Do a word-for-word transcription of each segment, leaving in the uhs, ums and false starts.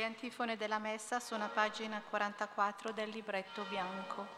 Le antifone della messa sono a pagina quarantaquattro del libretto bianco.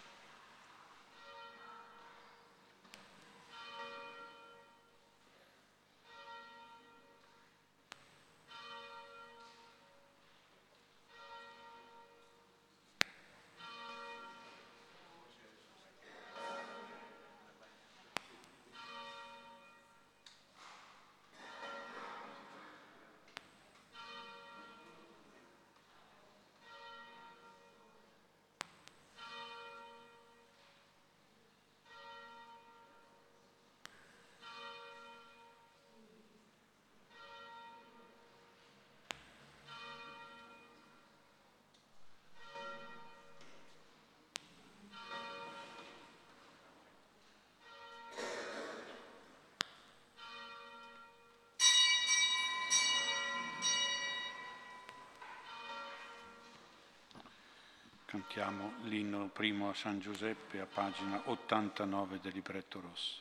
Cantiamo l'inno primo a San Giuseppe a pagina ottantanove del libretto rosso.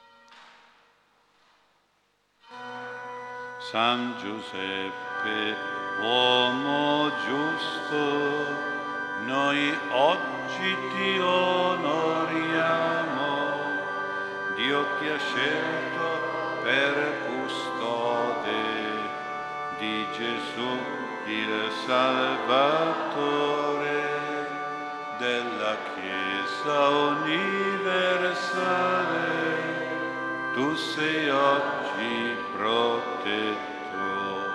San Giuseppe, uomo giusto, noi oggi ti onoriamo. Dio ti ha scelto per custode di Gesù, il Salvatore della Chiesa universale. Tu sei oggi protetto,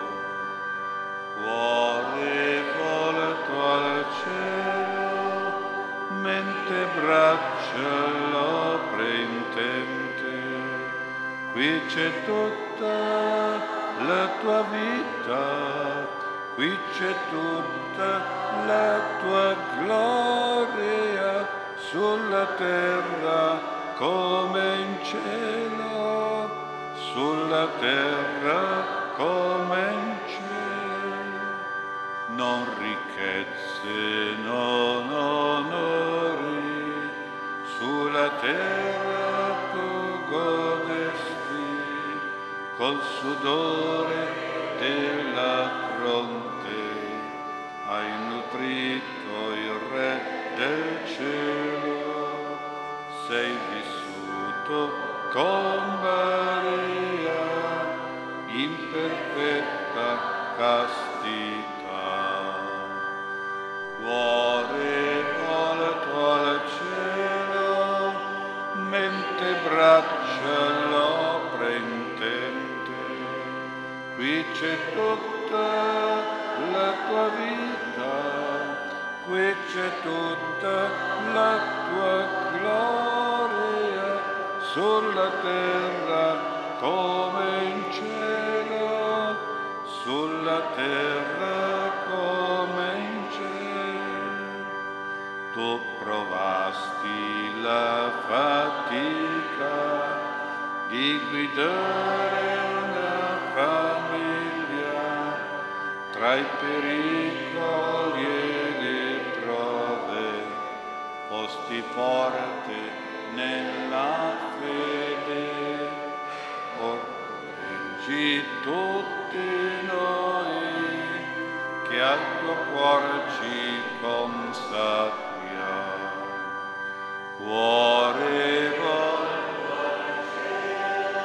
cuore volto al cielo, mente braccia l'opra intente. Qui c'è tutta la tua vita, qui c'è tutta la tua gloria, sulla terra come in cielo, sulla terra come in cielo. Non ricchezze, non onori, sulla terra tu godesti, col sudore della fronte hai nutrito il Re del cielo. Sei vissuto con Maria in perfetta castità. Cuore volto al cielo, mente braccia l'opra intente. Qui c'è tutta la tua vita, qui c'è tutta la tua gloria, sulla terra come in cielo, sulla terra come in cielo. Tu provasti la fatica di guidare una famiglia tra i pericoli e le prove, posti forte nella fede. Or correggi tutti noi che al tuo cuore ci consacria. Cuore volto al cielo,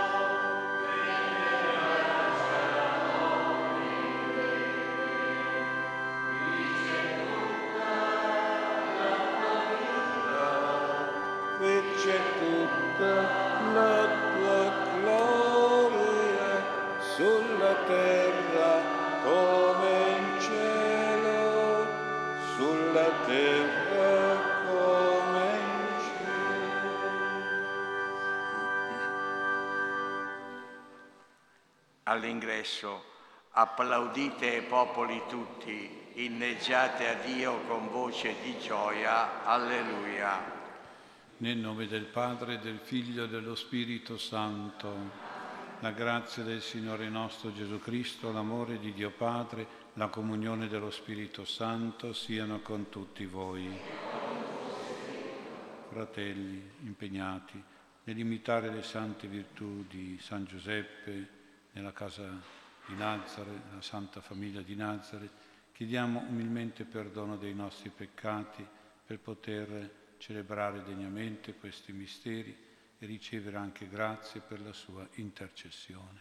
qui c'è tutta la tua gloria, sulla terra come in cielo, sulla terra come in cielo. All'ingresso applaudite popoli tutti, inneggiate a Dio con voce di gioia. Alleluia. Nel nome del Padre, del Figlio e dello Spirito Santo, la grazia del Signore nostro Gesù Cristo, l'amore di Dio Padre, la comunione dello Spirito Santo siano con tutti voi. Fratelli impegnati nell'imitare le sante virtù di San Giuseppe nella casa di Nazareth, la Santa Famiglia di Nazareth, chiediamo umilmente perdono dei nostri peccati per poter celebrare degnamente questi misteri e ricevere anche grazie per la sua intercessione.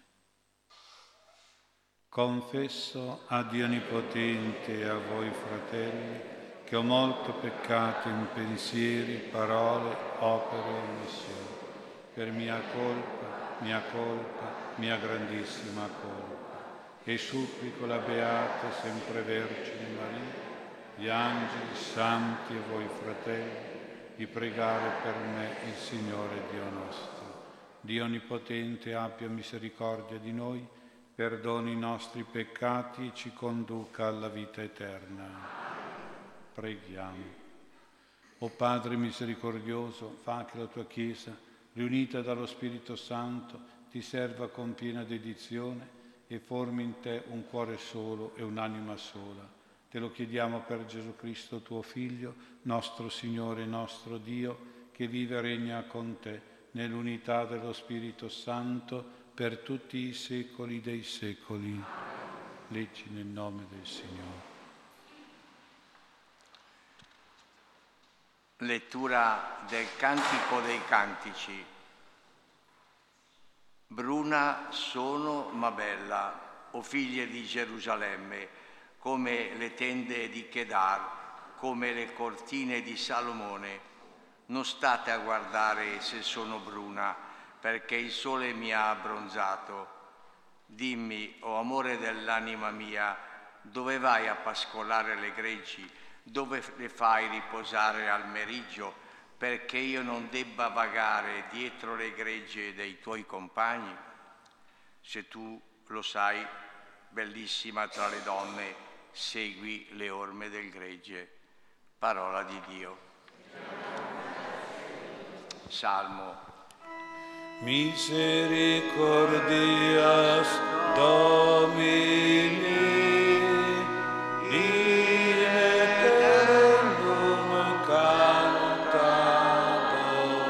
Confesso a Dio Onnipotente e a voi, fratelli, che ho molto peccato in pensieri, parole, opere e omissioni, per mia colpa, mia colpa, mia grandissima colpa, e supplico la Beata sempre Vergine Maria, gli angeli, santi e voi, fratelli, di pregare per me il Signore Dio nostro. Dio Onnipotente abbia misericordia di noi, perdoni i nostri peccati e ci conduca alla vita eterna. Preghiamo. O Padre misericordioso, fa che la tua Chiesa, riunita dallo Spirito Santo, ti serva con piena dedizione e formi in te un cuore solo e un'anima sola. Te lo chiediamo per Gesù Cristo, tuo Figlio, nostro Signore e nostro Dio, che vive e regna con te nell'unità dello Spirito Santo per tutti i secoli dei secoli. Leggi nel nome del Signore. Lettura del Cantico dei Cantici. Bruna sono ma bella, o figlie di Gerusalemme, come le tende di Chedar, come le cortine di Salomone. Non state a guardare se sono bruna, perché il sole mi ha abbronzato. Dimmi, o amore dell'anima mia, dove vai a pascolare le greggi? Dove le fai riposare al meriggio, perché io non debba vagare dietro le gregge dei tuoi compagni? Se tu lo sai, bellissima tra le donne, segui le orme del gregge. Parola di Dio. Salmo. Misericordias Domini, in aeternum cantato.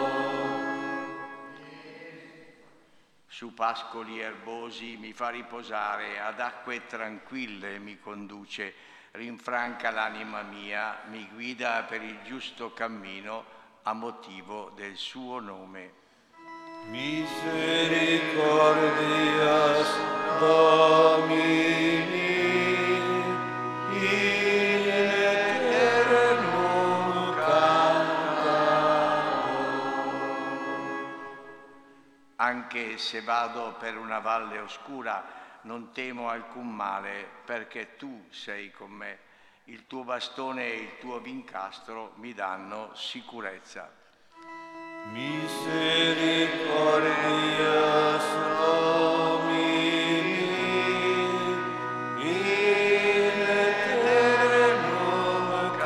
Su pascoli erbosi mi fa riposare, ad acque tranquille mi conduce, rinfranca l'anima mia, mi guida per il giusto cammino a motivo del suo nome. Misericordias Domini, in aeternum cantato. Anche se vado per una valle oscura, non temo alcun male, perché tu sei con me. Il tuo bastone e il tuo vincastro mi danno sicurezza. Misericordias Domini, in aeternum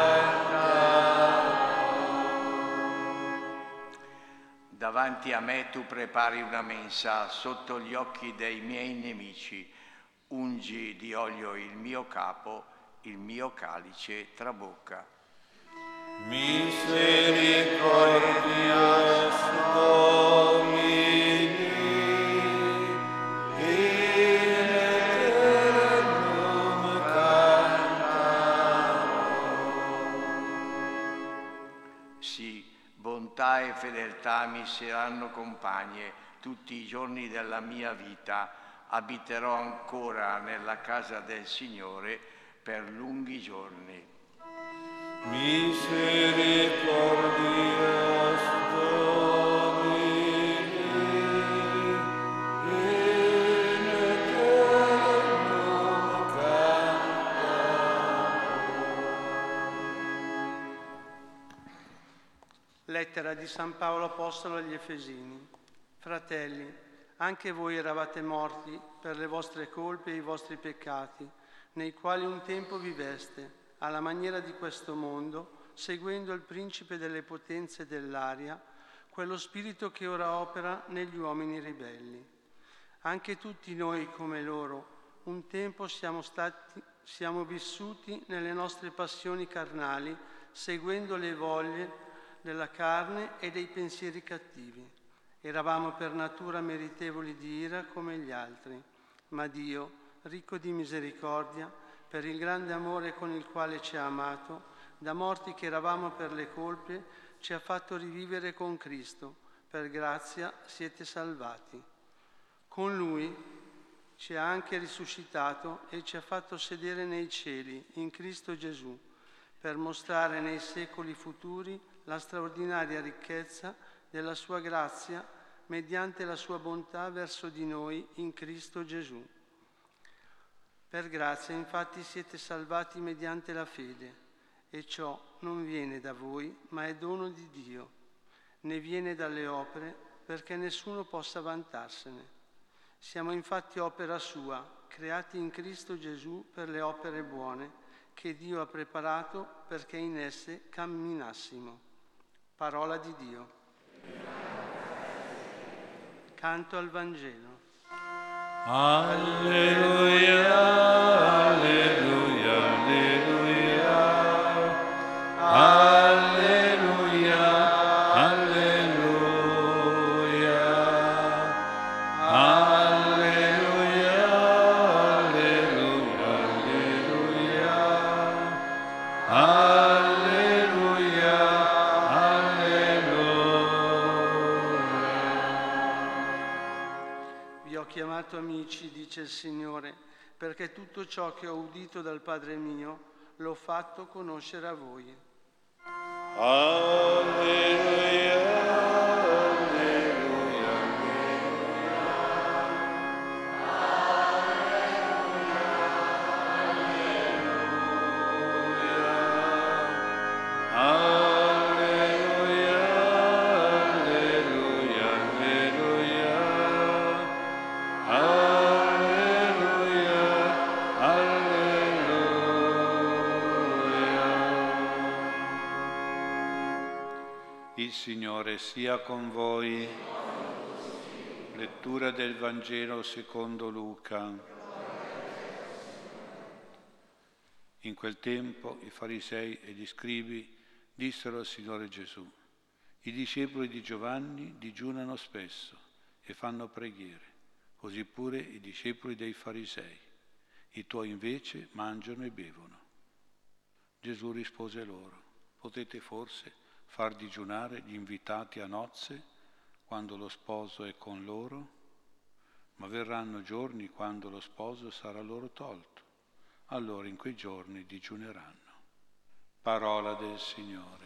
cantato. Davanti a me tu prepari una mensa sotto gli occhi dei miei nemici. Ungi di olio il mio capo, il mio calice trabocca. Misericordias Domini, in aeternum cantato. Sì, bontà e fedeltà mi saranno compagne tutti i giorni della mia vita. Abiterò ancora nella casa del Signore per lunghi giorni. Misericordias Domini, in aeternum cantato. Lettera di San Paolo Apostolo agli Efesini. Fratelli, anche voi eravate morti per le vostre colpe e i vostri peccati, nei quali un tempo viveste, alla maniera di questo mondo, seguendo il principe delle potenze dell'aria, quello spirito che ora opera negli uomini ribelli. Anche tutti noi, come loro, un tempo siamo stati, siamo vissuti nelle nostre passioni carnali, seguendo le voglie della carne e dei pensieri cattivi. Eravamo per natura meritevoli di ira come gli altri. Ma Dio, ricco di misericordia, per il grande amore con il quale ci ha amato, da morti che eravamo per le colpe, ci ha fatto rivivere con Cristo. Per grazia siete salvati. Con Lui ci ha anche risuscitato e ci ha fatto sedere nei cieli, in Cristo Gesù, per mostrare nei secoli futuri la straordinaria ricchezza della sua grazia mediante la sua bontà verso di noi in Cristo Gesù. Per grazia infatti siete salvati mediante la fede, e ciò non viene da voi, ma è dono di Dio. Ne viene dalle opere, perché nessuno possa vantarsene. Siamo infatti opera sua, creati in Cristo Gesù per le opere buone, che Dio ha preparato perché in esse camminassimo. Parola di Dio. Canto al Vangelo. Alleluia, alleluia, alleluia, alleluia, alleluia, alleluia, alleluia, alleluia, alleluia. Vi ho chiamato amici, dice il Signore, perché tutto ciò che ho udito dal Padre mio l'ho fatto conoscere a voi. Alleluia, alleluia, alleluia, alleluia, alleluia, alleluia, alleluia. Il Signore sia con voi. Lettura del Vangelo secondo Luca. In quel tempo i farisei e gli scribi dissero al Signore Gesù: i discepoli di Giovanni digiunano spesso e fanno preghiere, così pure i discepoli dei farisei. I tuoi invece mangiano e bevono. Gesù rispose loro: potete forse far digiunare gli invitati a nozze quando lo sposo è con loro? Ma verranno giorni quando lo sposo sarà loro tolto. Allora in quei giorni digiuneranno. Parola del Signore.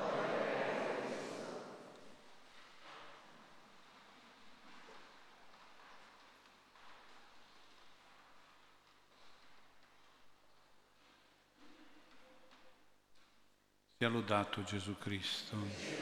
Sia lodato Gesù Cristo.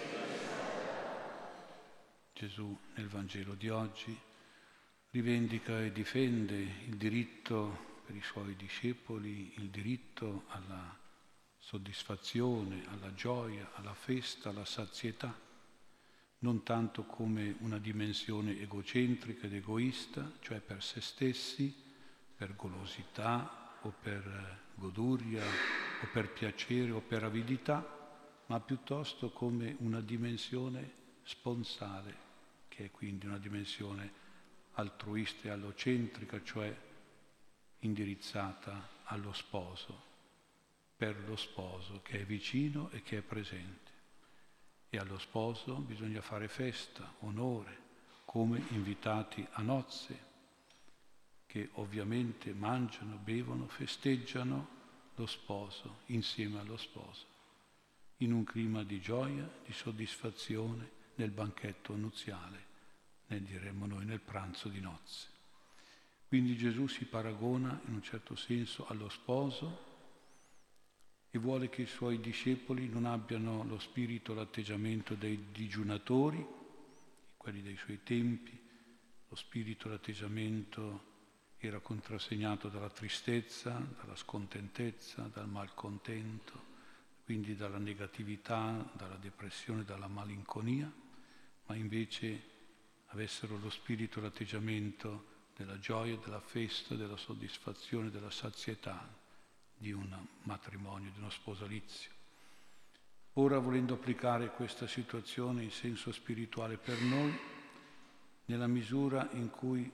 Gesù nel Vangelo di oggi rivendica e difende il diritto per i suoi discepoli, il diritto alla soddisfazione, alla gioia, alla festa, alla sazietà, non tanto come una dimensione egocentrica ed egoista, cioè per se stessi, per golosità o per goduria o per piacere o per avidità, ma piuttosto come una dimensione sponsale, che è quindi una dimensione altruista e allocentrica, cioè indirizzata allo sposo, per lo sposo che è vicino e che è presente. E allo sposo bisogna fare festa, onore, come invitati a nozze, che ovviamente mangiano, bevono, festeggiano lo sposo insieme allo sposo, in un clima di gioia, di soddisfazione nel banchetto nuziale, ne diremmo noi nel pranzo di nozze. Quindi Gesù si paragona in un certo senso allo sposo e vuole che i suoi discepoli non abbiano lo spirito, l'atteggiamento dei digiunatori, quelli dei suoi tempi. Lo spirito, l'atteggiamento era contrassegnato dalla tristezza, dalla scontentezza, dal malcontento, quindi dalla negatività, dalla depressione, dalla malinconia, ma invece avessero lo spirito, l'atteggiamento della gioia, della festa, della soddisfazione, della sazietà di un matrimonio, di uno sposalizio. Ora, volendo applicare questa situazione in senso spirituale per noi, nella misura in cui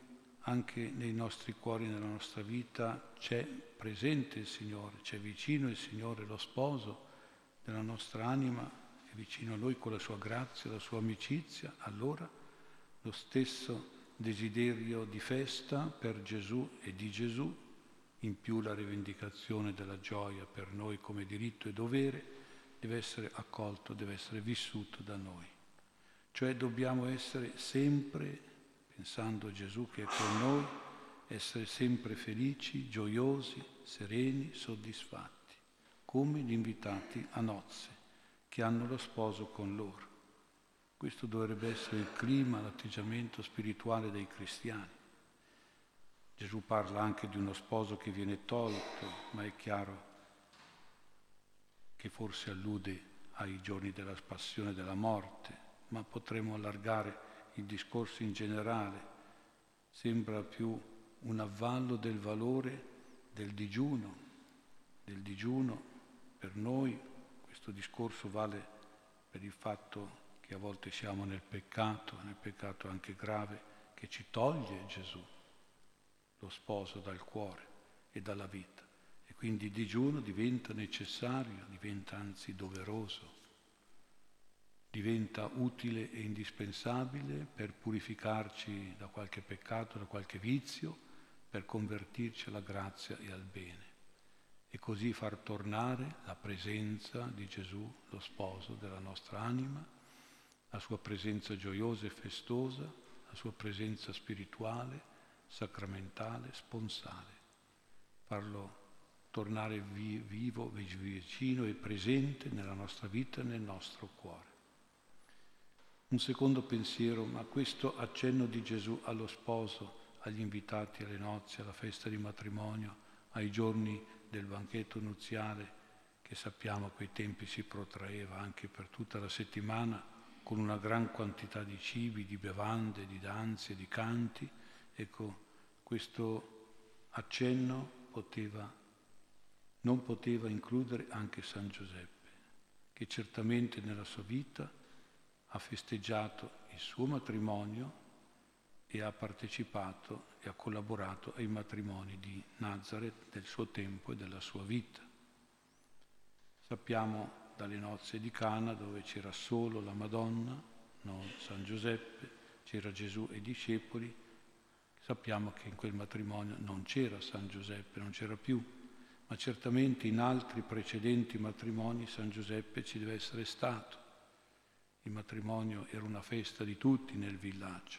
anche nei nostri cuori, nella nostra vita, c'è presente il Signore, c'è vicino il Signore, lo sposo della nostra anima, è vicino a noi con la sua grazia, la sua amicizia, allora lo stesso desiderio di festa per Gesù e di Gesù, in più la rivendicazione della gioia per noi come diritto e dovere, deve essere accolto, deve essere vissuto da noi. Cioè dobbiamo essere sempre, pensando a Gesù che è con noi, essere sempre felici, gioiosi, sereni, soddisfatti, come gli invitati a nozze, che hanno lo sposo con loro. Questo dovrebbe essere il clima, l'atteggiamento spirituale dei cristiani. Gesù parla anche di uno sposo che viene tolto, ma è chiaro che forse allude ai giorni della passione e della morte, ma potremmo allargare il discorso in generale. Sembra più un avvallo del valore del digiuno, del digiuno per noi. Questo discorso vale per il fatto che a volte siamo nel peccato, nel peccato anche grave, che ci toglie Gesù, lo sposo, dal cuore e dalla vita. E quindi il digiuno diventa necessario, diventa anzi doveroso, diventa utile e indispensabile per purificarci da qualche peccato, da qualche vizio, per convertirci alla grazia e al bene. E così far tornare la presenza di Gesù, lo sposo della nostra anima, la sua presenza gioiosa e festosa, la sua presenza spirituale, sacramentale, sponsale. Farlo tornare vi- vivo, vicino e presente nella nostra vita e nel nostro cuore. Un secondo pensiero, ma questo accenno di Gesù allo sposo, agli invitati alle nozze, alla festa di matrimonio, ai giorni del banchetto nuziale, che sappiamo a quei tempi si protraeva anche per tutta la settimana, con una gran quantità di cibi, di bevande, di danze, di canti. Ecco, questo accenno poteva, non poteva includere anche San Giuseppe, che certamente nella sua vita ha festeggiato il suo matrimonio e ha partecipato e ha collaborato ai matrimoni di Nazareth del suo tempo e della sua vita. Sappiamo dalle nozze di Cana, dove c'era solo la Madonna, non San Giuseppe, c'era Gesù e i discepoli. Sappiamo che in quel matrimonio non c'era San Giuseppe, non c'era più, ma certamente in altri precedenti matrimoni San Giuseppe ci deve essere stato. Il matrimonio era una festa di tutti nel villaggio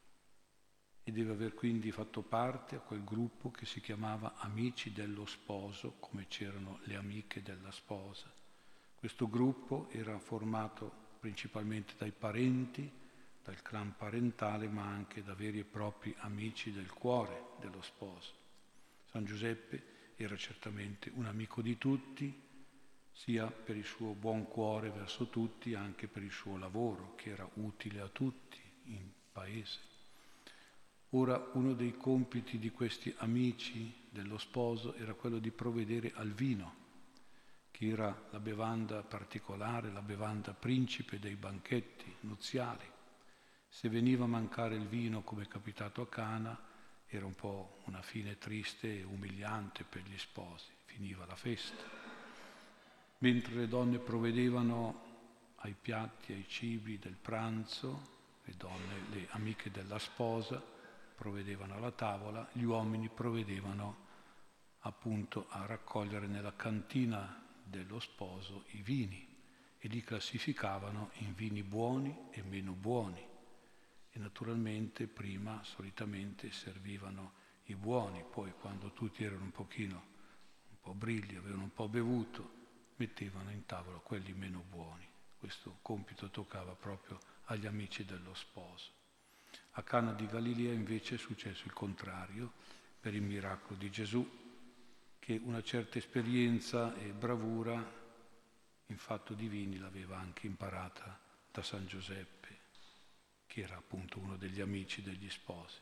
e deve aver quindi fatto parte a quel gruppo che si chiamava Amici dello Sposo, come c'erano le amiche della sposa. Questo gruppo era formato principalmente dai parenti, dal clan parentale, ma anche da veri e propri amici del cuore dello sposo. San Giuseppe era certamente un amico di tutti, sia per il suo buon cuore verso tutti, anche per il suo lavoro, che era utile a tutti in paese. Ora, uno dei compiti di questi amici dello sposo era quello di provvedere al vino, che era la bevanda particolare, la bevanda principe dei banchetti nuziali. Se veniva a mancare il vino, come è capitato a Cana, era un po' una fine triste e umiliante per gli sposi, finiva la festa. Mentre le donne provvedevano ai piatti, ai cibi del pranzo, le donne, le amiche della sposa, provvedevano alla tavola, gli uomini provvedevano appunto a raccogliere nella cantina dello sposo i vini e li classificavano in vini buoni e meno buoni. E naturalmente prima solitamente servivano i buoni, poi quando tutti erano un pochino, un po' brilli, avevano un po' bevuto, mettevano in tavola quelli meno buoni. Questo compito toccava proprio agli amici dello sposo. A Cana di Galilea invece è successo il contrario, per il miracolo di Gesù, che una certa esperienza e bravura in fatto di vini l'aveva anche imparata da San Giuseppe, che era appunto uno degli amici degli sposi.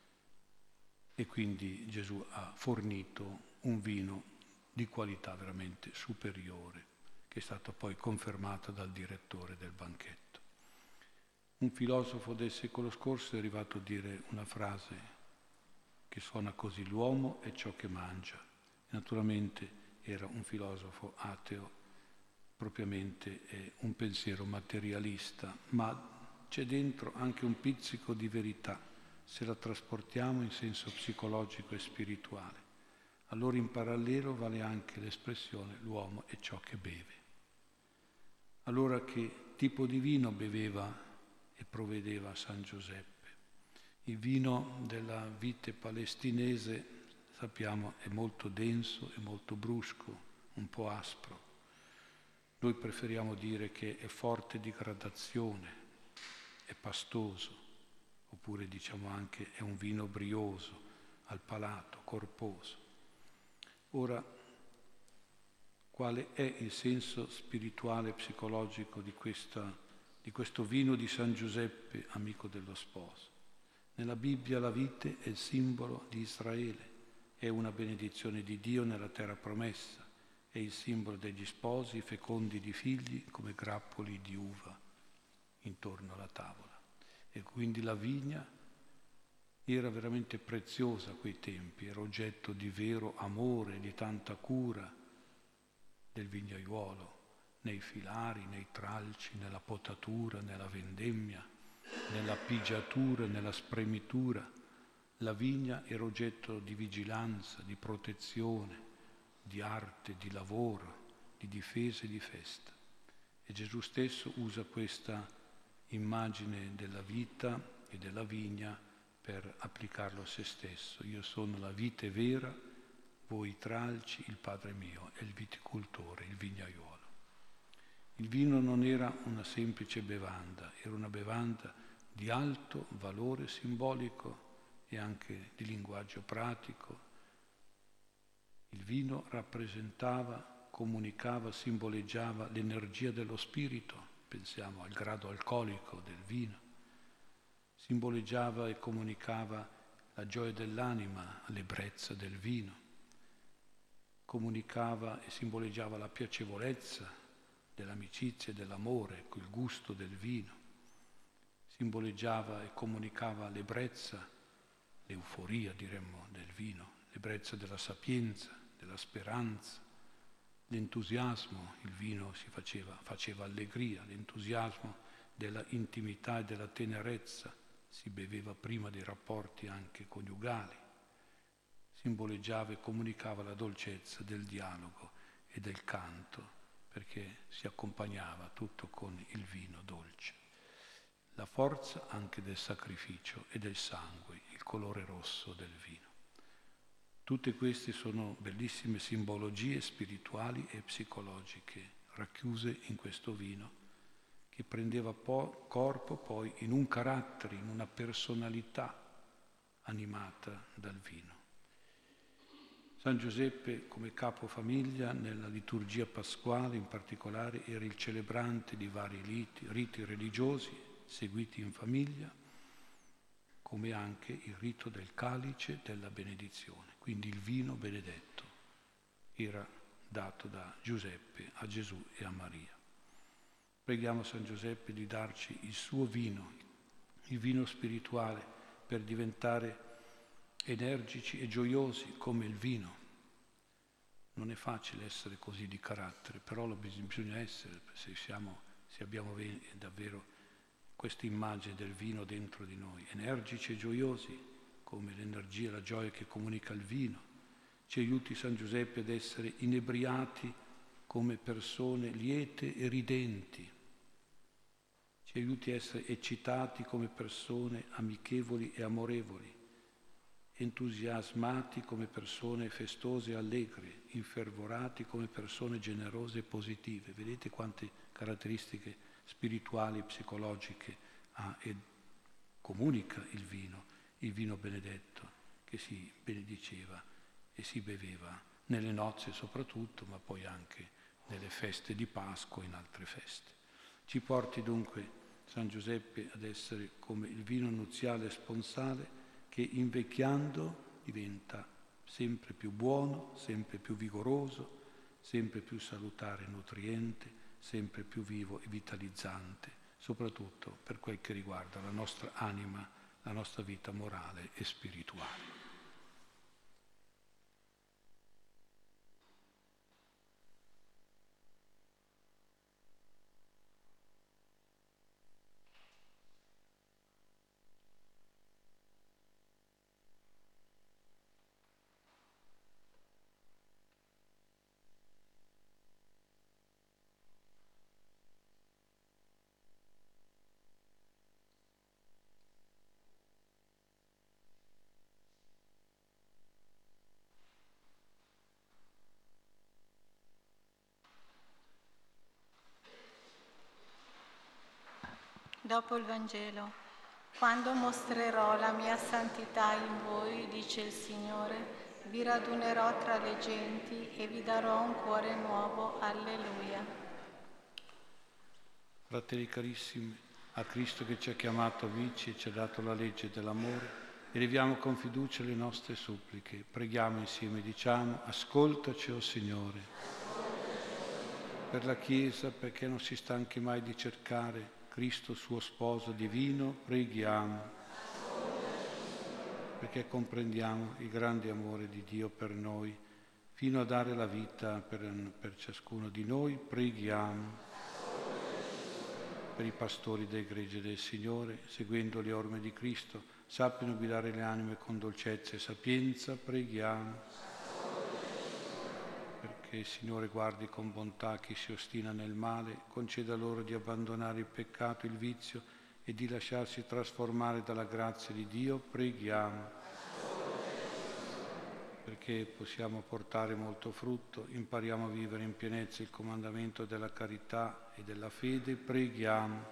E quindi Gesù ha fornito un vino di qualità veramente superiore, che è stato poi confermato dal direttore del banchetto. Un filosofo del secolo scorso è arrivato a dire una frase che suona così: l'uomo è ciò che mangia. E naturalmente era un filosofo ateo, propriamente eh, un pensiero materialista, ma c'è dentro anche un pizzico di verità, se la trasportiamo in senso psicologico e spirituale. Allora in parallelo vale anche l'espressione l'uomo è ciò che beve. Allora che tipo di vino beveva e provvedeva San Giuseppe? Il vino della vite palestinese, sappiamo, è molto denso, è molto brusco, un po' aspro. Noi preferiamo dire che è forte di gradazione, è pastoso, oppure diciamo anche è un vino brioso, al palato, corposo. Ora, quale è il senso spirituale e psicologico di, questa, di questo vino di San Giuseppe, amico dello sposo? Nella Bibbia la vite è il simbolo di Israele, è una benedizione di Dio nella terra promessa, è il simbolo degli sposi fecondi di figli come grappoli di uva intorno alla tavola. E quindi la vigna era veramente preziosa a quei tempi, era oggetto di vero amore, di tanta cura del vignaiuolo, nei filari, nei tralci, nella potatura, nella vendemmia, nella pigiatura, nella spremitura. La vigna era oggetto di vigilanza, di protezione, di arte, di lavoro, di difesa e di festa. E Gesù stesso usa questa immagine della vita e della vigna per applicarlo a se stesso. Io sono la vite vera, voi i tralci, il Padre mio è il viticoltore, il vignaiuolo. Il vino non era una semplice bevanda, era una bevanda di alto valore simbolico e anche di linguaggio pratico. Il vino rappresentava, comunicava, simboleggiava l'energia dello spirito, pensiamo al grado alcolico del vino. Simboleggiava e comunicava la gioia dell'anima, l'ebbrezza del vino. Comunicava e simboleggiava la piacevolezza dell'amicizia e dell'amore, il gusto del vino. Simboleggiava e comunicava l'ebbrezza, l'euforia, diremmo, del vino, l'ebbrezza della sapienza, della speranza, l'entusiasmo. Il vino si faceva, faceva allegria, l'entusiasmo della intimità e della tenerezza. Si beveva prima dei rapporti anche coniugali, simboleggiava e comunicava la dolcezza del dialogo e del canto, perché si accompagnava tutto con il vino dolce. La forza anche del sacrificio e del sangue, il colore rosso del vino. Tutte queste sono bellissime simbologie spirituali e psicologiche racchiuse in questo vino, che prendeva po- corpo poi in un carattere, in una personalità animata dal vino. San Giuseppe, come capofamiglia, nella liturgia pasquale in particolare, era il celebrante di vari riti, riti religiosi seguiti in famiglia, come anche il rito del calice della benedizione. Quindi il vino benedetto era dato da Giuseppe a Gesù e a Maria. Preghiamo San Giuseppe di darci il suo vino, il vino spirituale, per diventare energici e gioiosi come il vino. Non è facile essere così di carattere, però lo bisogna essere se, siamo, se abbiamo davvero questa immagine del vino dentro di noi, energici e gioiosi come l'energia e la gioia che comunica il vino. Ci aiuti San Giuseppe ad essere inebriati come persone liete e ridenti. Ci aiuti a essere eccitati come persone amichevoli e amorevoli, entusiasmati come persone festose e allegre, infervorati come persone generose e positive. Vedete quante caratteristiche spirituali e psicologiche ha e comunica il vino, il vino benedetto che si benediceva e si beveva nelle nozze soprattutto, ma poi anche nelle feste di Pasqua e in altre feste. Ci porti dunque San Giuseppe ad essere come il vino nuziale sponsale che invecchiando diventa sempre più buono, sempre più vigoroso, sempre più salutare e nutriente, sempre più vivo e vitalizzante, soprattutto per quel che riguarda la nostra anima, la nostra vita morale e spirituale. Dopo il Vangelo. Quando mostrerò la mia santità in voi, dice il Signore, vi radunerò tra le genti e vi darò un cuore nuovo. Alleluia. Fratelli carissimi, a Cristo che ci ha chiamato amici e ci ha dato la legge dell'amore, eleviamo con fiducia le nostre suppliche. Preghiamo insieme, diciamo: ascoltaci, o Signore. Per la Chiesa, perché non si stanchi mai di cercare Cristo suo sposo divino, preghiamo. Perché comprendiamo il grande amore di Dio per noi, fino a dare la vita per, per ciascuno di noi, preghiamo. Per i pastori del gregge del Signore, seguendo le orme di Cristo, sappiano guidare le anime con dolcezza e sapienza, preghiamo. Perché il Signore guardi con bontà chi si ostina nel male, conceda loro di abbandonare il peccato, il vizio e di lasciarsi trasformare dalla grazia di Dio, preghiamo. Perché possiamo portare molto frutto, impariamo a vivere in pienezza il comandamento della carità e della fede, preghiamo.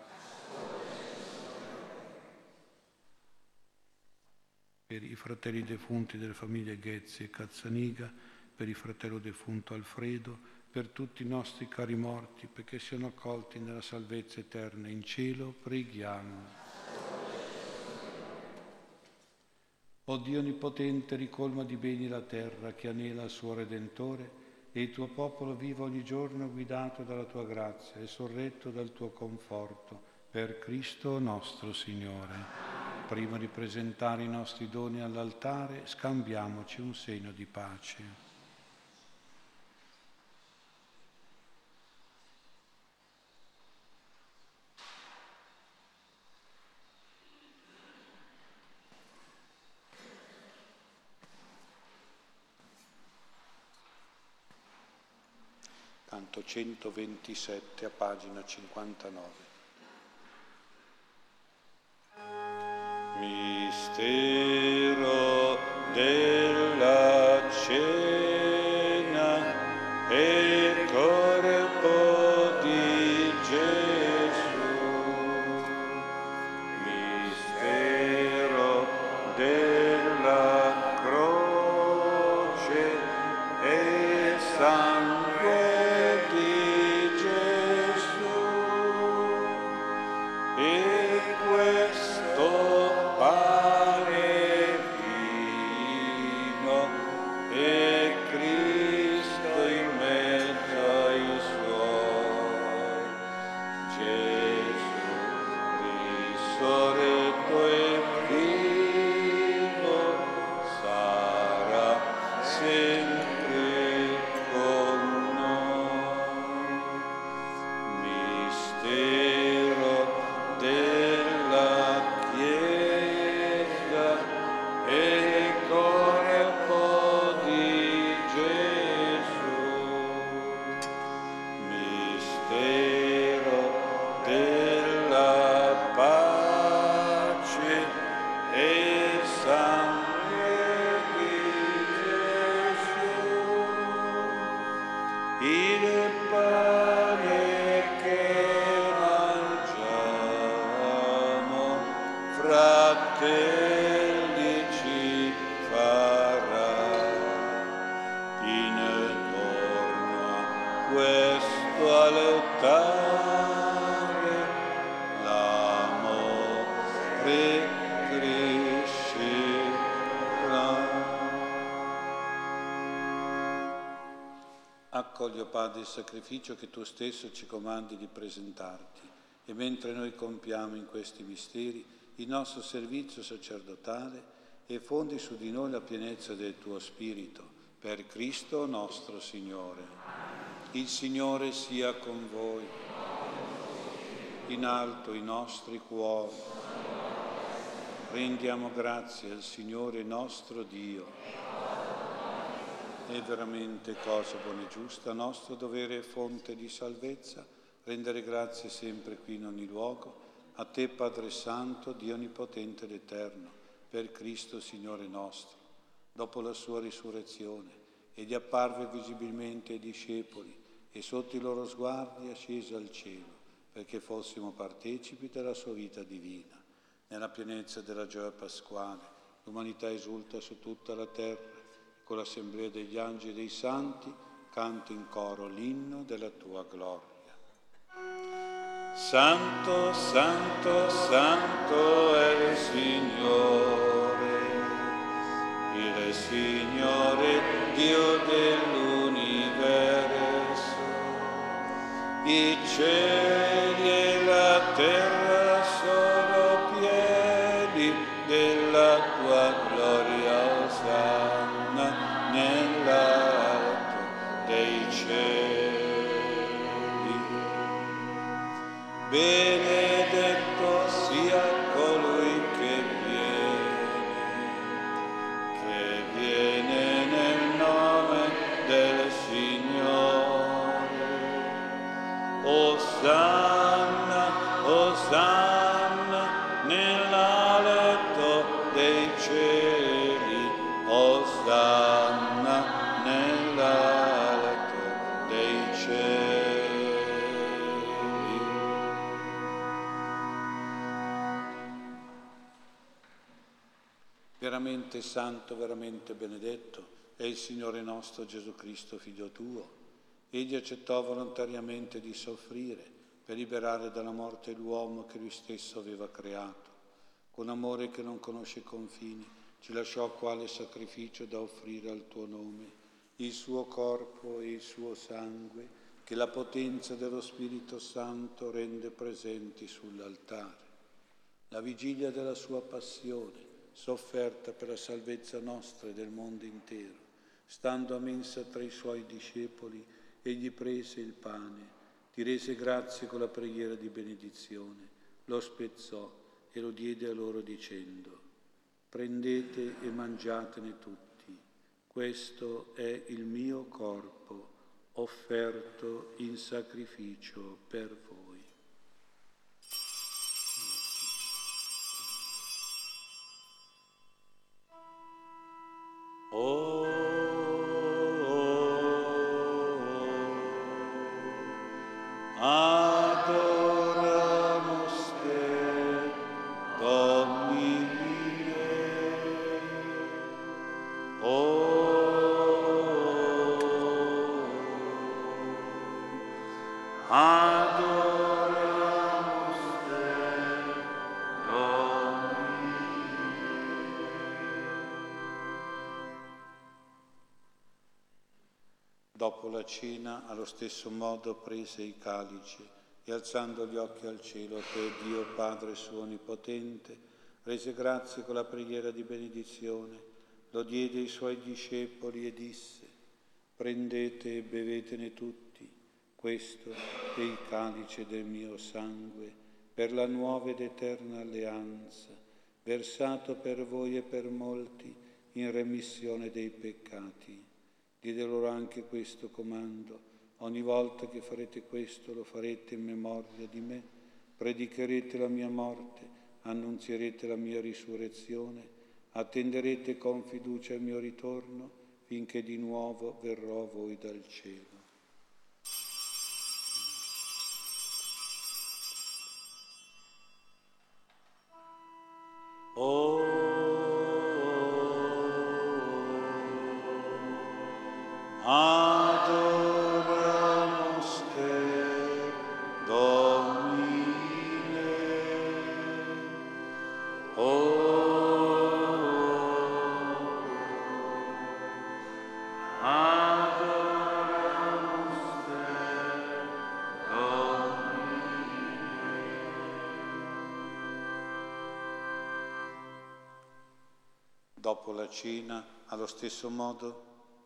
Per i fratelli defunti delle famiglie Ghezzi e Cazzaniga, per il fratello defunto Alfredo, per tutti i nostri cari morti, perché siano accolti nella salvezza eterna in cielo, preghiamo. O Dio Onnipotente, ricolma di beni la terra che anela il suo Redentore, e il tuo popolo viva ogni giorno guidato dalla tua grazia e sorretto dal tuo conforto, per Cristo nostro Signore. Prima di presentare i nostri doni all'altare, scambiamoci un segno di pace. Canto centoventisette a pagina cinquantanove. Mistero della cena e il corpo di Gesù. Mistero della croce e il sangue Accogli, o Padre, il sacrificio che tu stesso ci comandi di presentarti, e mentre noi compiamo in questi misteri il nostro servizio sacerdotale, e fondi su di noi la pienezza del tuo Spirito, per Cristo nostro Signore. Il Signore sia con voi. In alto i nostri cuori. Rendiamo grazie al Signore nostro Dio. È veramente cosa buona e giusta, nostro dovere e fonte di salvezza, rendere grazie sempre qui in ogni luogo, a te Padre Santo, Dio Onnipotente ed Eterno, per Cristo Signore nostro. Dopo la sua risurrezione, egli apparve visibilmente ai discepoli e sotto i loro sguardi ascese al cielo perché fossimo partecipi della sua vita divina. Nella pienezza della gioia pasquale, l'umanità esulta su tutta la terra, e con l'assemblea degli angeli e dei santi canta in coro l'inno della tua gloria. Santo, santo, santo è il Signore, il Signore Dio dell'universo. I cieli e la terra sono pieni della tua gloria, osanna nell'alto dei cieli. Benedetto sia colui che viene, che viene nel nome del Signore. Osanna, osanna nell'alto dei cieli, osanna nell'alto dei cieli. Veramente santo, veramente benedetto è il Signore nostro Gesù Cristo, Figlio tuo. Egli accettò volontariamente di soffrire per liberare dalla morte l'uomo che lui stesso aveva creato. Con amore che non conosce confini, ci lasciò quale sacrificio da offrire al tuo nome, il suo corpo e il suo sangue, che la potenza dello Spirito Santo rende presenti sull'altare. La vigilia della sua passione, sofferta per la salvezza nostra e del mondo intero, stando a mensa tra i suoi discepoli, egli prese il pane, ti rese grazie con la preghiera di benedizione, lo spezzò e lo diede a loro dicendo: prendete e mangiatene tutti, questo è il mio corpo offerto in sacrificio per voi. Oh, adoramus te, Domine. Oh, adoramus te, Domine. Dopo la cena, allo stesso modo prese il calice e alzando gli occhi al cielo, che Dio Padre suo onnipotente, rese grazie con la preghiera di benedizione, lo diede ai suoi discepoli e disse: prendete e bevetene tutti, questo è il calice del mio sangue, per la nuova ed eterna alleanza, versato per voi e per molti in remissione dei peccati. Diede loro anche questo comando: ogni volta che farete questo lo farete in memoria di me, predicherete la mia morte, annunzierete la mia risurrezione, attenderete con fiducia il mio ritorno, finché di nuovo verrò a voi dal cielo. Oh, adoramus te, Domine. Oh, adoramus te, Domine. Dopo la cena, allo stesso modo,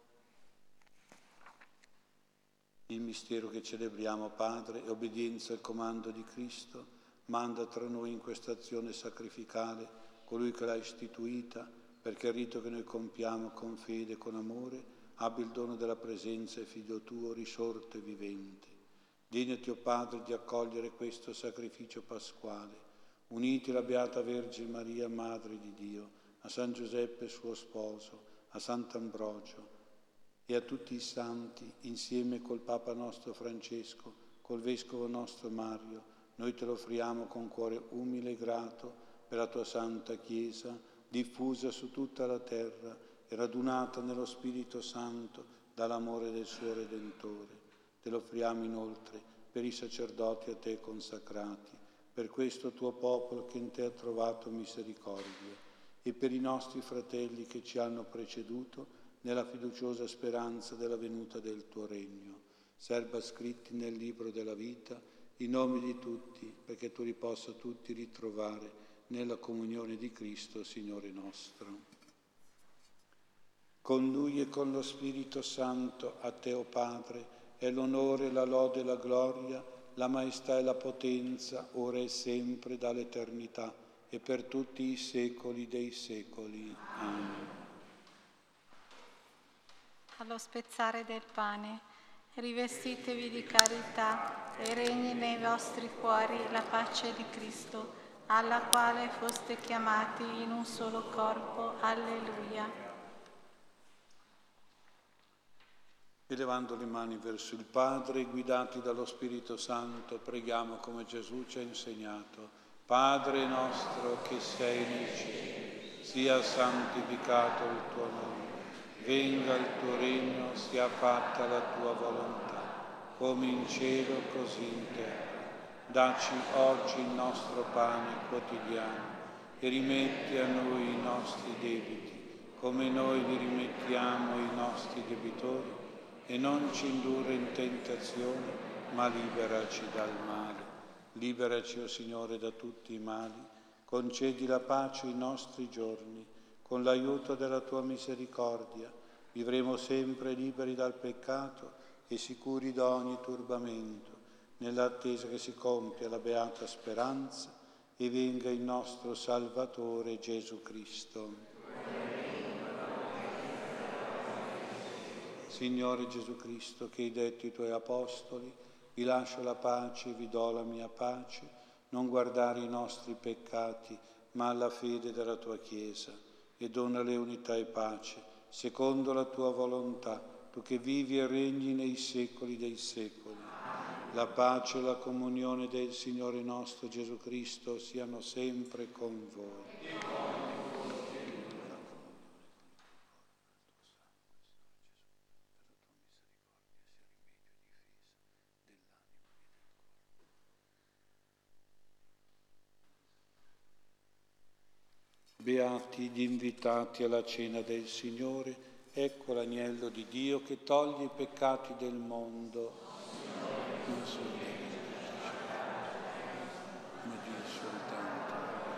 il mistero che celebriamo, Padre, è obbedienza al comando di Cristo. Manda tra noi in questa azione sacrificale colui che l'ha istituita, perché il rito che noi compiamo con fede e con amore abbia il dono della presenza e Figlio tuo risorto e vivente. Degnati, o Padre, di accogliere questo sacrificio pasquale, uniti alla Beata Vergine Maria, Madre di Dio, a San Giuseppe suo sposo, a Sant'Ambrogio e a tutti i santi, insieme col Papa nostro Francesco, col Vescovo nostro Mario, Noi te lo offriamo con cuore umile e grato per la tua Santa Chiesa, diffusa su tutta la terra e radunata nello Spirito Santo dall'amore del suo Redentore. Te lo offriamo inoltre per i sacerdoti a te consacrati, per questo tuo popolo che in te ha trovato misericordia, e per i nostri fratelli che ci hanno preceduto nella fiduciosa speranza della venuta del tuo regno. Serba scritti nel libro della vita i nomi di tutti, perché tu li possa tutti ritrovare nella comunione di Cristo, Signore nostro. Con Lui e con lo Spirito Santo, a te, o Padre, è l'onore, la lode e la gloria, la maestà e la potenza, ora e sempre, dall'eternità e per tutti i secoli dei secoli. Amen. Allo spezzare del pane, rivestitevi di carità e regni nei vostri cuori la pace di Cristo, alla quale foste chiamati in un solo corpo. Alleluia. Elevando le mani verso il Padre, guidati dallo Spirito Santo, preghiamo come Gesù ci ha insegnato. Padre nostro che sei nei cieli, sia santificato il tuo nome, venga il tuo regno, sia fatta la tua volontà, come in cielo così in terra. Dacci oggi il nostro pane quotidiano e rimetti a noi i nostri debiti, come noi li rimettiamo ai nostri debitori, e non ci indurre in tentazione, ma liberaci dal male. Liberaci, o Signore, da tutti i mali, concedi la pace ai nostri giorni, con l'aiuto della tua misericordia, vivremo sempre liberi dal peccato e sicuri da ogni turbamento, nell'attesa che si compia la beata speranza e venga il nostro Salvatore Gesù Cristo. Signore Gesù Cristo, che hai detto ai tuoi apostoli, vi lascio la pace e vi do la mia pace, non guardare i nostri peccati, ma alla fede della tua Chiesa, e donale unità e pace, secondo la tua volontà, tu che vivi e regni nei secoli dei secoli. La pace e la comunione del Signore nostro Gesù Cristo siano sempre con voi. Beati gli invitati alla cena del Signore, ecco l'agnello di Dio che toglie i peccati del mondo. Non sono degno, ma Dio soltanto.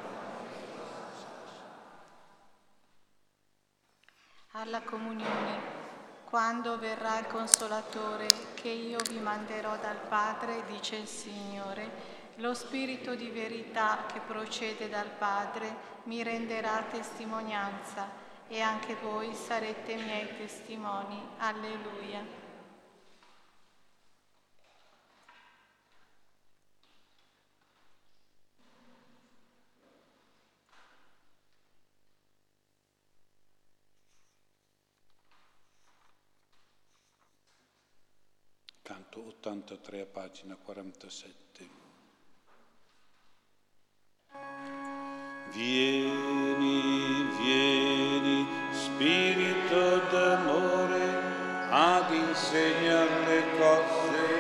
Alla comunione, quando verrà il Consolatore che io vi manderò dal Padre, dice il Signore, lo Spirito di verità che procede dal Padre mi renderà testimonianza e anche voi sarete miei testimoni. Alleluia. Canto ottantatré a pagina quarantasette. Vieni, vieni, Spirito d'amore, ad insegnar le cose.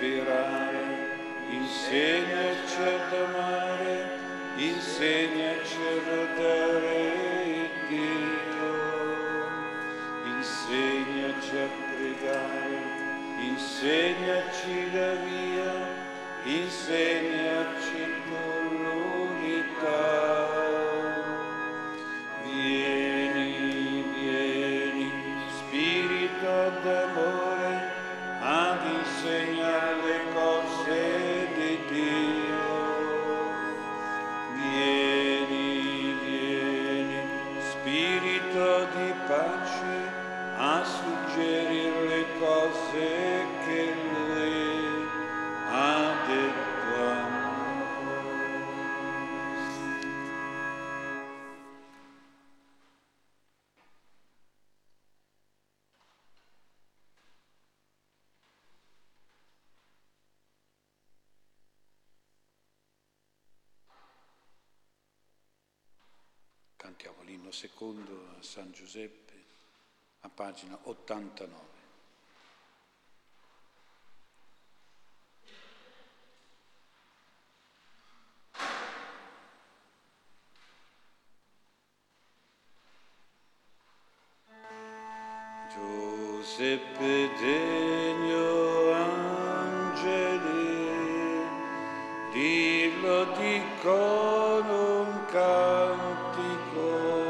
respirare, insegnaci ad amare, insegnaci a lodare Dio, insegnaci a pregare, insegnaci la via, insegnaci tu l'unità. Vieni, vieni, Spirito d'amore, ad insegnare le cose di Dio. Vieni, vieni, Spirito di pace, a suggerire le cose che Lui ha detto a noi. Cantiamo l'inno secondo a San Giuseppe, a pagina ottantanove. Giuseppe degno angeli, dillo dicono un cantico,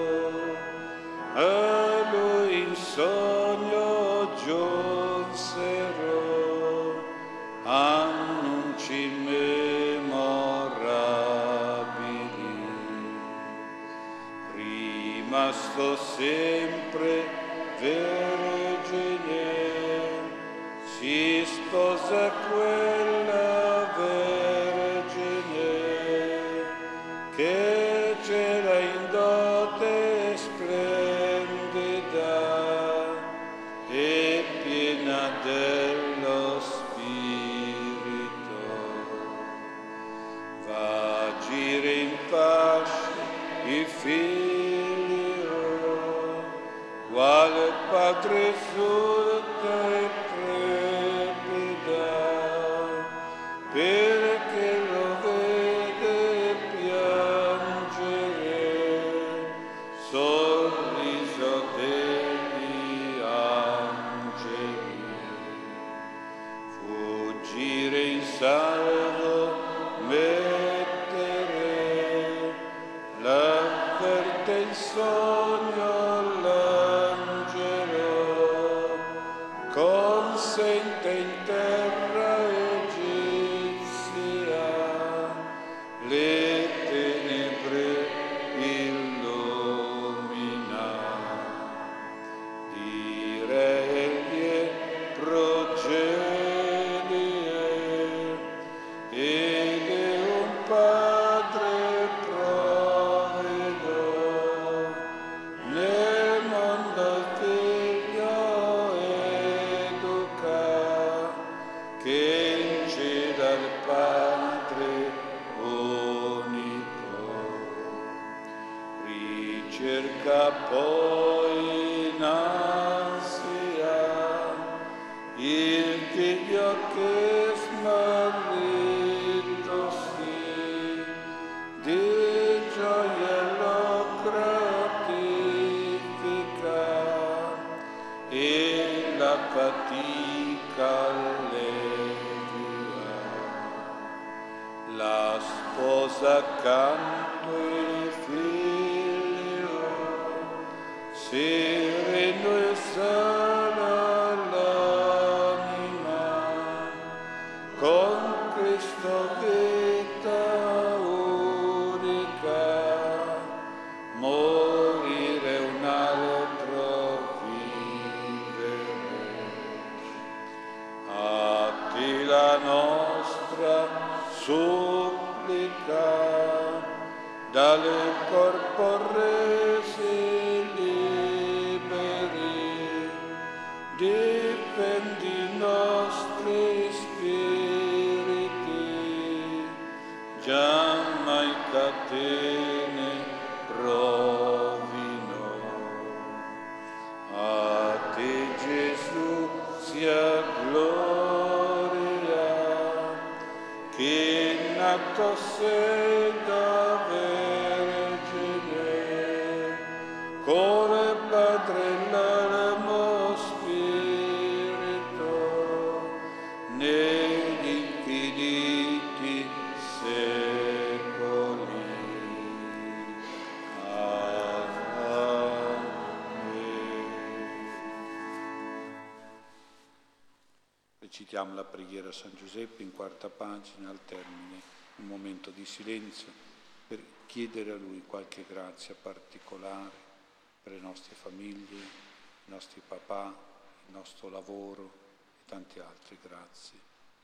a lui in sogno giunsero annunci memorabili, rimasto sempre vergine, si sposa quella vergine che c'era in dote splendida e piena dello Spirito. Va a gire in pace il figlio, quale padre esulta e trepida, perché lo vede piangere, sorriso degli angeli. Fuggire in salvo, mettere, l'avverte il sogno l'angelo, consente in terra egizia le tenebre illumina, di reglie progenie ed è un padre provvedor, nel mondo il figlio educa, che in cielo al Padre unico. Ricerca poi in ansia il figlio che smarrito si, di gioia lo gratifica e la fatica allevia. La sposa accanto il figlio, sereno e sana l'anima, con Cristo vita unica, morire un altro vivere. A te la nostra supplica, dalle corpo resi liberi, difendi i nostri spiriti, giammai catene provino. A te Gesù sia gloria, Beato sei da Vergine, Core Padre l'animo Spirito, negli infiniti secoli. Amen. Recitiamo la preghiera a San Giuseppe in quarta pagina, al termine, un momento di silenzio per chiedere a Lui qualche grazia particolare per le nostre famiglie, i nostri papà, il nostro lavoro e tante altre grazie.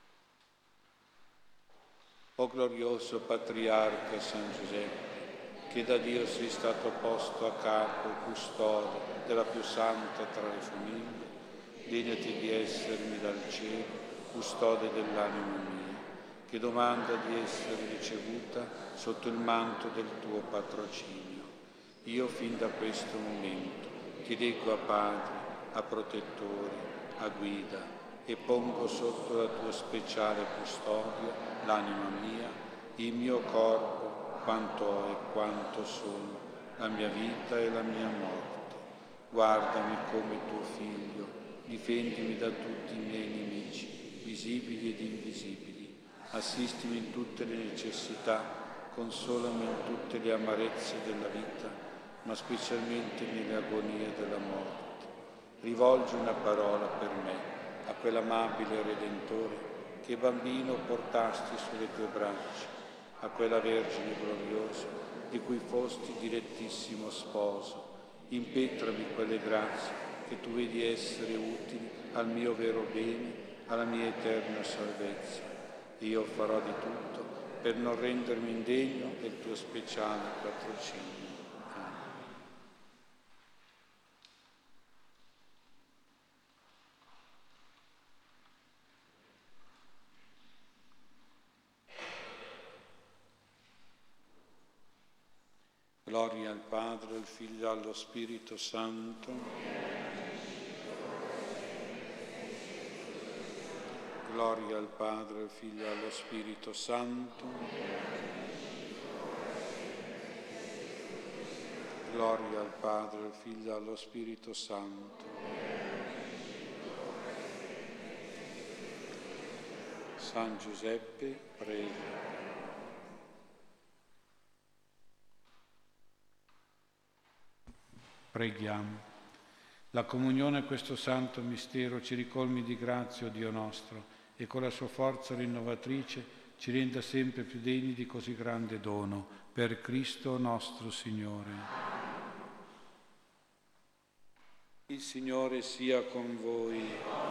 O glorioso Patriarca San Giuseppe, che da Dio sei stato posto a capo, custode della più santa tra le famiglie, degnati di essermi dal cielo, custode dell'anima mia, che domanda di essere ricevuta sotto il manto del tuo patrocinio. Io fin da questo momento ti leggo a padre, a protettori, a guida e pongo sotto la tua speciale custodia l'anima mia, il mio corpo, quanto ho e quanto sono, la mia vita e la mia morte. Guardami come tuo figlio, difendimi da tutti i miei nemici, visibili ed invisibili, assistimi in tutte le necessità, consolami in tutte le amarezze della vita, ma specialmente nelle agonie della morte. Rivolgi una parola per me a quell'amabile Redentore che bambino portasti sulle tue braccia, a quella Vergine gloriosa di cui fosti direttissimo sposo. Impetrami quelle grazie che tu vedi essere utili al mio vero bene, alla mia eterna salvezza. Io farò di tutto per non rendermi indegno del tuo speciale patrocinio. Gloria al Padre, al Figlio e allo Spirito Santo. Gloria al Padre, al Figlio e allo Spirito Santo. Gloria al Padre, al Figlio e allo Spirito Santo. San Giuseppe, prega. Preghiamo. La comunione a questo santo mistero ci ricolmi di grazia, o Dio nostro, e con la sua forza rinnovatrice ci renda sempre più degni di così grande dono. Per Cristo nostro Signore. Il Signore sia con voi.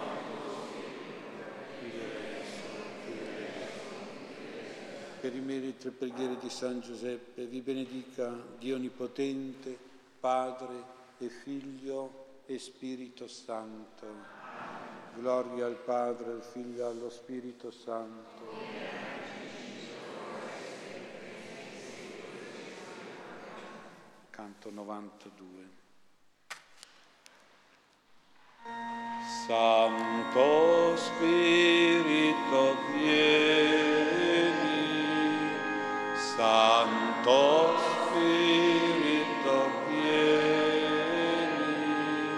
Per i meriti e preghiere di San Giuseppe vi benedica Dio Onnipotente, Padre e Figlio e Spirito Santo. Gloria al Padre, al Figlio e allo Spirito Santo. Canto novantadue. Santo Spirito vieni, Santo Spirito vieni,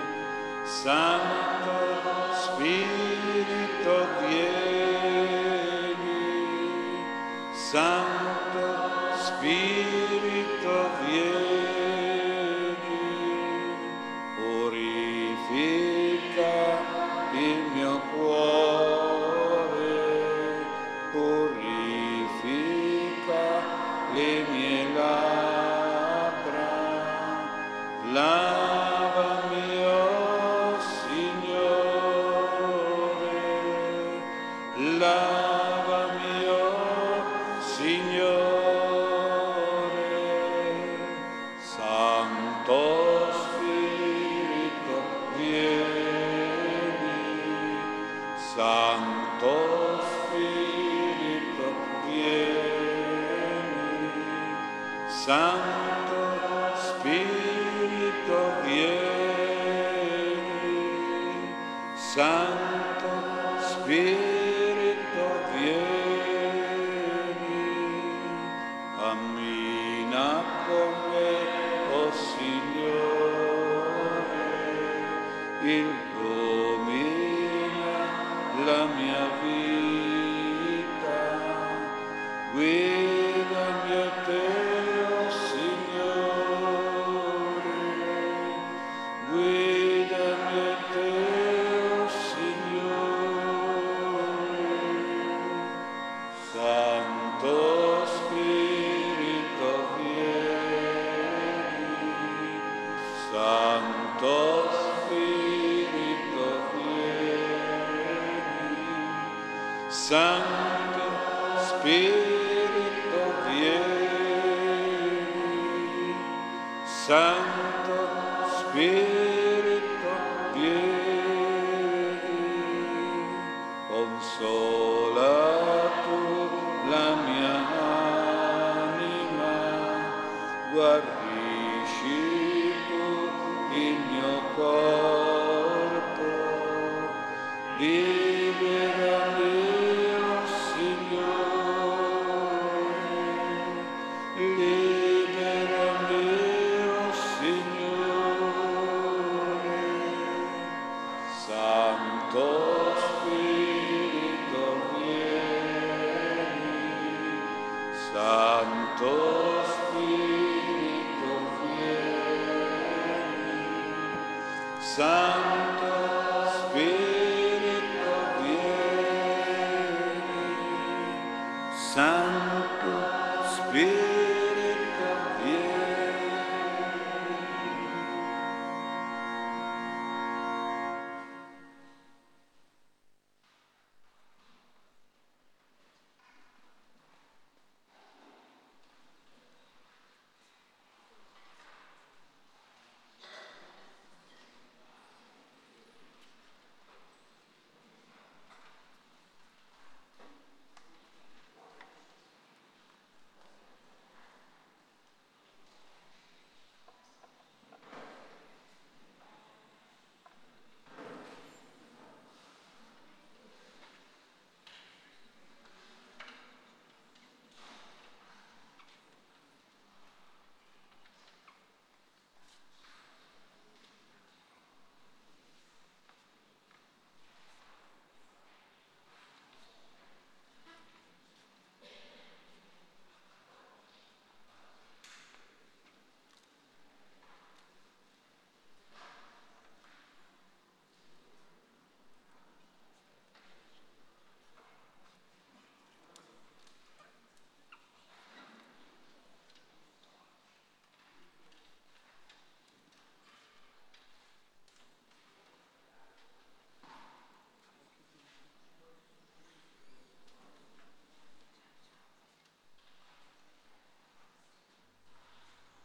Santo Spirito vieni, Santo Spirito vieni, purifica il mio cuore, purifica le mie labbra, lavami, oh Signore, lavami, oh Signore, Santo Spirito vieni, Santo Spirito vieni, Santo Spirito vieni, Santo Spirito vieni, Santo Spirito vieni, Santo Spirito vieni, consola tu la mia anima, guarisci tu il mio corpo, liberami, oh Signore, liberami, oh Signore, Santo Spirito vieni, Santo Spirito vieni, Santo Spirito vieni, Santo Spirito